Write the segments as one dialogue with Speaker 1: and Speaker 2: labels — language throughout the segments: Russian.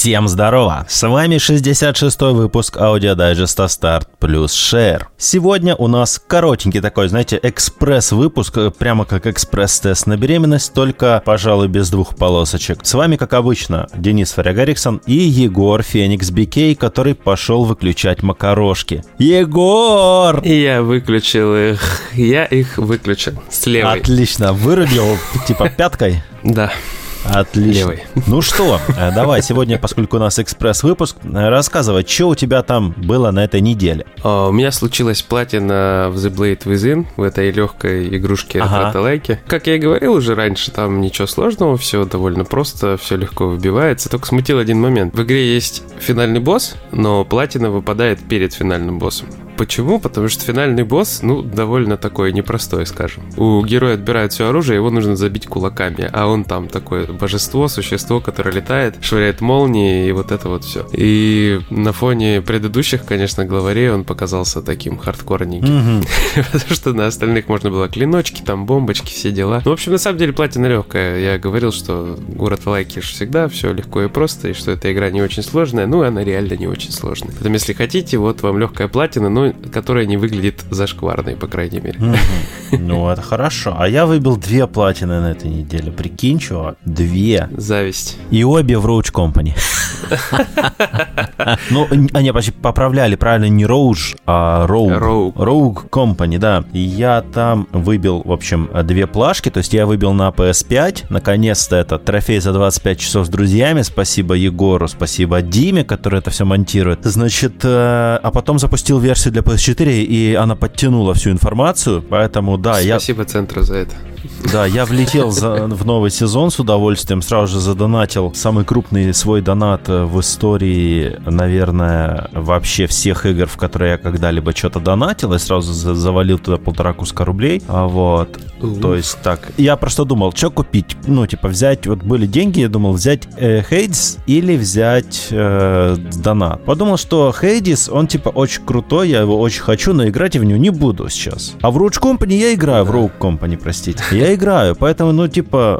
Speaker 1: Всем здорово! С вами 66-й выпуск аудиодайджеста Start плюс Share. Сегодня у нас коротенький такой, знаете, экспресс-выпуск, прямо как экспресс-тест на беременность, только, пожалуй, без двух полосочек. С вами, как обычно, Денис Фарягариксон и Егор Феникс Бикей, который пошел выключать макарошки. Егор!
Speaker 2: Я выключил их. Я их выключил. С левой.
Speaker 1: Отлично. Вырубил, типа, пяткой?
Speaker 2: Да.
Speaker 1: Отлично.
Speaker 2: Левый.
Speaker 1: Ну что, давай сегодня, поскольку у нас экспресс-выпуск, рассказывай, что у тебя там было на этой неделе.
Speaker 2: У меня случилась платина в The Blade Within, в этой легкой игрушке раталайки. Как я и говорил уже раньше, там ничего сложного, все довольно просто, все легко выбивается. Только смутил один момент. В игре есть финальный босс, но платина выпадает перед финальным боссом. Почему? Потому что финальный босс, довольно такой непростой, скажем. У героя отбирают все оружие, его нужно забить кулаками, а он там такое божество, существо, которое летает, швыряет молнии и вот это вот все. И на фоне предыдущих, конечно, главарей он показался таким хардкорненьким. Потому что на остальных можно было клиночки, там бомбочки, все дела. В общем, на самом деле платина легкая. Я говорил, что город лайки всегда все легко и просто, и что эта игра не очень сложная, она реально не очень сложная. Поэтому, если хотите, вот вам легкая платина, которая не выглядит зашкварной, по крайней мере.
Speaker 1: Это хорошо. А я выбил 2 платины на этой неделе. Прикинь, чувак, 2.
Speaker 2: Зависть.
Speaker 1: И обе в Rogue Company. Они почти поправляли, правильно, не Rogue, а Rogue Company, да. И я там выбил, в общем, 2 плашки. То есть я выбил на PS5. Наконец-то это трофей за 25 часов с друзьями. Спасибо Егору, спасибо Диме, который это все монтирует. Значит, а потом запустил версию для PS4, и она подтянула всю информацию, поэтому, да,
Speaker 2: Спасибо центру за это.
Speaker 1: Да, я влетел в новый сезон с удовольствием, сразу же задонатил самый крупный свой донат в истории, наверное, вообще всех игр, в которые я когда-либо что-то донатил, и сразу завалил туда 1,5 куска рублей, То есть так, я просто думал, что купить, взять, вот были деньги, я думал взять Hades или взять донат. Подумал, что Hades, он очень крутой, я его очень хочу, но играть я в него не буду сейчас. А в Rogue Company я играю, в Rogue Company, простите. Я играю, поэтому,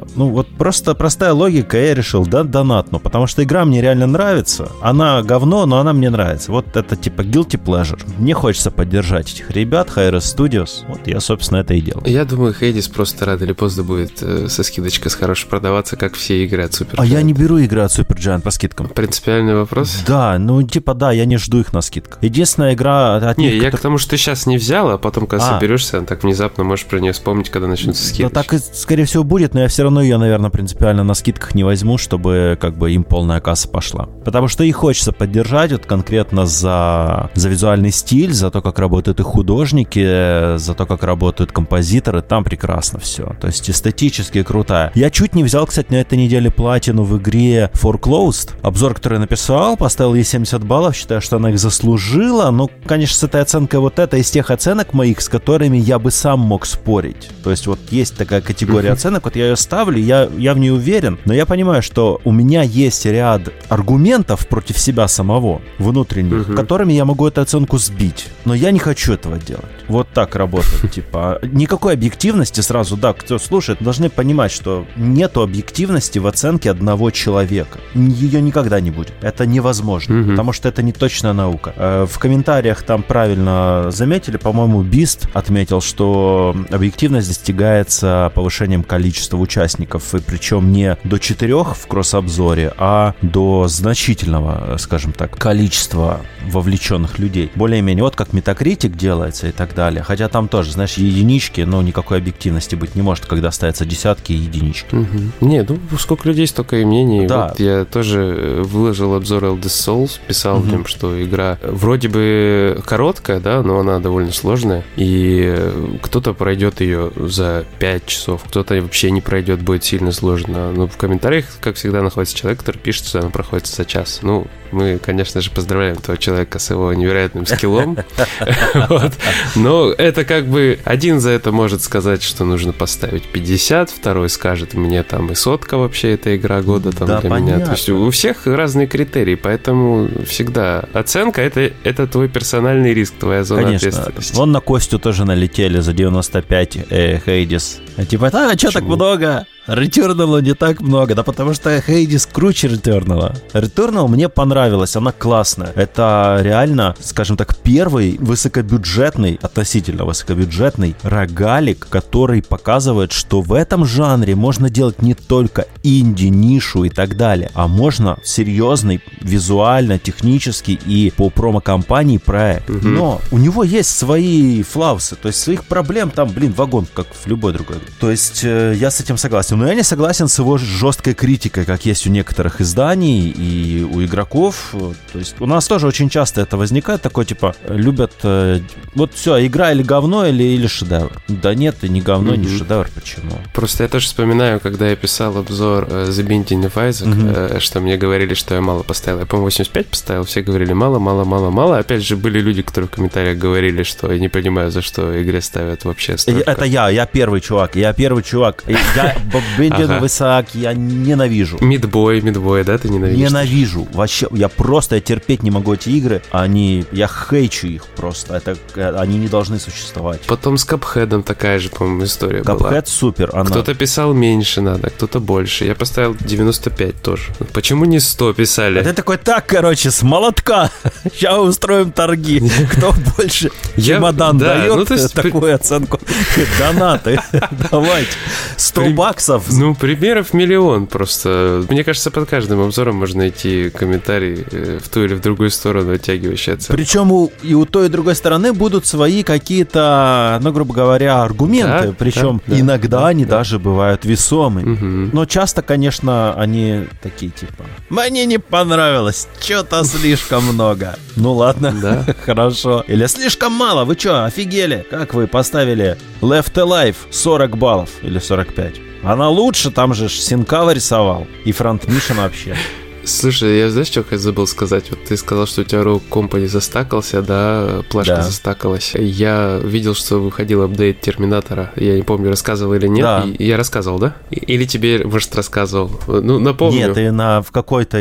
Speaker 1: просто простая логика, я решил, донат, потому что игра мне реально нравится. Она говно, но она мне нравится. Вот это guilty pleasure. Мне хочется поддержать этих ребят, Hi-Rez Studios. Вот я, собственно, это и делал.
Speaker 2: Я думаю, Hades просто рано или поздно будет со скидочкой хорошо продаваться, как все игры от Supergiant.
Speaker 1: А я не беру игры от Supergiant по скидкам.
Speaker 2: Принципиальный вопрос?
Speaker 1: Да, я не жду их на скидках. Единственная игра от них...
Speaker 2: Я к тому, что ты сейчас не взял, а потом, когда соберешься, так внезапно можешь про нее вспомнить, когда начнутся скидки.
Speaker 1: Да, так и, скорее всего, будет, но я все равно ее, наверное, принципиально на скидках не возьму, чтобы им полная касса пошла. Потому что их хочется поддержать, конкретно за визуальный стиль, за то, как работают их художники, за то, как работают композиторы, там прекрасно все. То есть эстетически крутая. Я чуть не взял, кстати, на этой неделе платину в игре Foreclosed. Обзор, который я написал, поставил ей 70 баллов, считаю, что она их заслужила, но, конечно, с этой оценкой это из тех оценок моих, с которыми я бы сам мог спорить. То есть есть такая категория оценок, я ее ставлю, я в ней уверен, но я понимаю, что у меня есть ряд аргументов против себя самого, внутренних, которыми я могу эту оценку сбить, но я не хочу этого делать. Вот так работает, никакой объективности сразу, кто слушает, должны понимать, что нету объективности в оценке одного человека. Ее никогда не будет. Это невозможно, потому что это не точная наука. В комментариях там правильно заметили, по-моему, Бист отметил, что объективность достигается повышением количества участников, и причем не до 4 в кросс-обзоре, а до значительного, скажем так, количества вовлеченных людей. Более-менее, как Metacritic делается и так далее. Хотя там тоже, единички, но никакой объективности быть не может, когда ставятся десятки и единички.
Speaker 2: Сколько людей, столько и мнений.
Speaker 1: Да.
Speaker 2: Вот я тоже выложил обзор Elder Souls, писал в нем, что игра вроде бы короткая, но она довольно сложная, и кто-то пройдет ее за 5 часов, кто-то вообще не пройдет, будет сильно сложно. Но в комментариях, как всегда, находится человек, который пишет, что она проходит за час. Мы, конечно же, поздравляем этого человека с его невероятным скиллом. Но это один за это может сказать, что нужно поставить 50, второй скажет, мне там и 100 вообще эта игра года для меня. То есть у всех разные критерии, поэтому всегда оценка это твой персональный риск, твоя зона ответственности.
Speaker 1: Вон на Костю тоже налетели за 95 Hades. Что так много? Returnal не так много, да потому что Hades круче Returnal. Returnal мне понравилась, она классная. Это реально, скажем так, первый высокобюджетный, относительно высокобюджетный рогалик, который показывает, что в этом жанре можно делать не только инди-нишу и так далее, а можно серьезный визуально, технический и по промо-компании проект. Но у него есть свои флаусы, то есть своих проблем там, вагон, как в любой другой. То есть я с этим согласен. Но я не согласен с его жесткой критикой, как есть у некоторых изданий и у игроков. То есть у нас тоже очень часто это возникает, такое типа, любят, вот все, игра или говно, или шедевр. Да нет, и не говно, не шедевр, почему?
Speaker 2: Просто я тоже вспоминаю, когда я писал обзор The Binding of Isaac, что мне говорили, что я мало поставил. Я, по-моему, 85 поставил, все говорили мало. Опять же, были люди, которые в комментариях говорили, что я не понимаю, за что игре ставят вообще столько.
Speaker 1: Это я первый чувак. Я Binding of Isaac я ненавижу.
Speaker 2: Мидбой, да, ты ненавидишь?
Speaker 1: Ненавижу. Вообще, я терпеть не могу эти игры. Я хейчу их просто. Они не должны существовать.
Speaker 2: Потом с Cuphead'ом такая же, по-моему, история была.
Speaker 1: Cuphead супер.
Speaker 2: Кто-то писал меньше надо, кто-то больше. Я поставил 95 тоже. Почему не 100 писали?
Speaker 1: А ты такой, с молотка. Сейчас устроим торги. Кто больше чемодан дает такую оценку? Донаты. Давайте. 100 баксов.
Speaker 2: Примеров миллион просто. Мне кажется, под каждым обзором можно найти комментарий в ту или в другую сторону, оттягивающий оценку.
Speaker 1: Причем и у той, и другой стороны будут свои какие-то, грубо говоря, аргументы. Причем иногда они даже бывают весомыми. Но часто, конечно, они такие типа: мне не понравилось, что-то слишком много. Ну ладно, хорошо. Или слишком мало, вы что, офигели? Как вы поставили Left Alive 40 баллов или 45? Она лучше, там же Синкава рисовал. И Фронт Мишин вообще.
Speaker 2: Слушай, я знаешь, что забыл сказать? Вот ты сказал, что у тебя Rogue Company застакался, да, плашка застакалась. Я видел, что выходил апдейт Терминатора. Я не помню, рассказывал или нет. Да. Я рассказывал, да? Или тебе, может, рассказывал? Напомню.
Speaker 1: Нет, ты в каком-то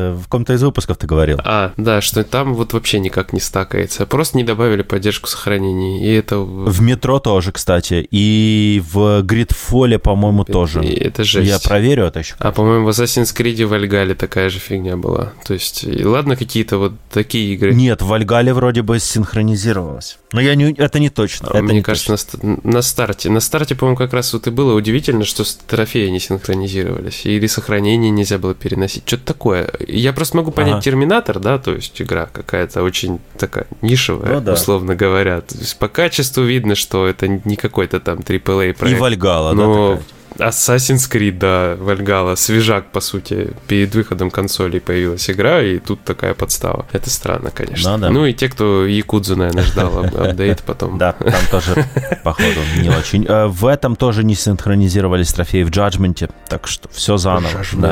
Speaker 1: из выпусков ты говорил.
Speaker 2: Да, что там вот вообще никак не стакается. Просто не добавили поддержку сохранений. И это...
Speaker 1: В метро тоже, кстати. И в Gridfall, по-моему, тоже.
Speaker 2: Это жесть.
Speaker 1: Я проверю это еще.
Speaker 2: По-моему, в Assassin's Creed в Вальгале такая же фигня была. То есть, ладно, какие-то вот такие игры.
Speaker 1: Нет, в Вальгале вроде бы синхронизировалось. Но это не точно.
Speaker 2: Мне кажется, на старте, по-моему, как раз вот и было удивительно, что трофеи не синхронизировались. Или сохранение нельзя было переносить. Что-то такое. Я просто могу понять Терминатор, да, то есть игра какая-то очень такая нишевая, условно говоря. То есть по качеству видно, что это не какой-то там AAA проект.
Speaker 1: И Вальгала, такая.
Speaker 2: Assassin's Creed, да, Valhalla, свежак, по сути. Перед выходом консолей появилась игра, и тут такая подстава. Это странно, конечно. Ну и те, кто Якудзу, наверное, ждал апдейт потом.
Speaker 1: Да, там тоже, походу, не очень. В этом тоже не синхронизировались трофеи в Judgment, так что все заново.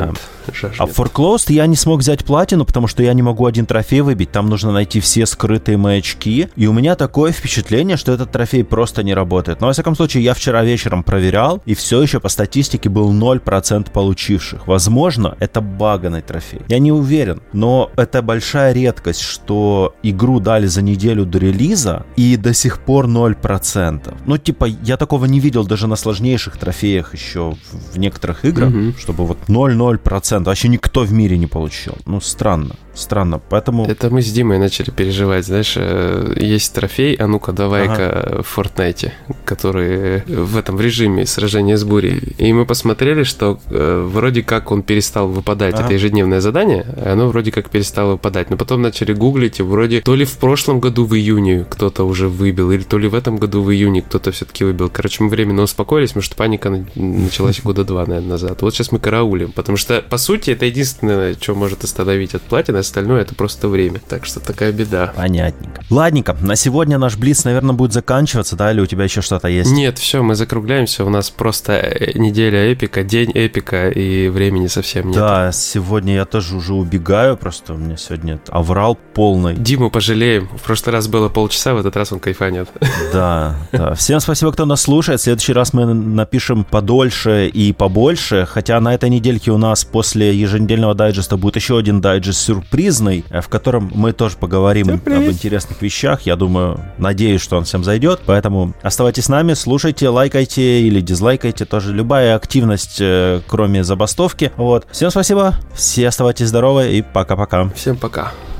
Speaker 1: А в Foreclosed я не смог взять платину, потому что я не могу один трофей выбить. Там нужно найти все скрытые маячки. И у меня такое впечатление, что этот трофей просто не работает. Но, во всяком случае, я вчера вечером проверял, и все еще по статистике был 0% получивших. Возможно, это баганный трофей. Я не уверен, но это большая редкость, что игру дали за неделю до релиза, и до сих пор 0%. Ну, типа, я такого не видел даже на сложнейших трофеях еще в некоторых играх, чтобы вот 0,0% вообще никто в мире не получил. Ну, странно, поэтому...
Speaker 2: Это мы с Димой начали переживать, знаешь, есть трофей, а ну-ка давай-ка в Fortnite, который в этом режиме сражения с бурей. И мы посмотрели, что вроде как он перестал выпадать, это ежедневное задание, оно вроде как перестало выпадать, но потом начали гуглить, и вроде то ли в прошлом году в июне кто-то уже выбил, или то ли в этом году в июне кто-то все-таки выбил. Короче, мы временно успокоились, потому что паника началась года 2, наверное, назад. Вот сейчас мы караулим, потому что, по сути, это единственное, что может остановить от платины, остальное это просто время. Так что такая беда.
Speaker 1: Понятненько. Ладненько, на сегодня наш Блиц, наверное, будет заканчиваться, да, или у тебя еще что-то есть?
Speaker 2: Нет, все, мы закругляемся, у нас просто неделя эпика, день эпика, и времени совсем нет.
Speaker 1: Да, сегодня я тоже уже убегаю, просто у меня сегодня аврал полный.
Speaker 2: Диму пожалеем, в прошлый раз было полчаса, в этот раз он кайфанет.
Speaker 1: Да. Всем спасибо, кто нас слушает, в следующий раз мы напишем подольше и побольше, хотя на этой недельке у нас после еженедельного дайджеста будет еще один дайджест-сюрприз, сюрпризный, в котором мы тоже поговорим об интересных вещах. Я думаю, надеюсь, что он всем зайдет. Поэтому оставайтесь с нами, слушайте, лайкайте или дизлайкайте. Тоже любая активность, кроме забастовки. Вот. Всем спасибо, все оставайтесь здоровы и пока-пока.
Speaker 2: Всем пока.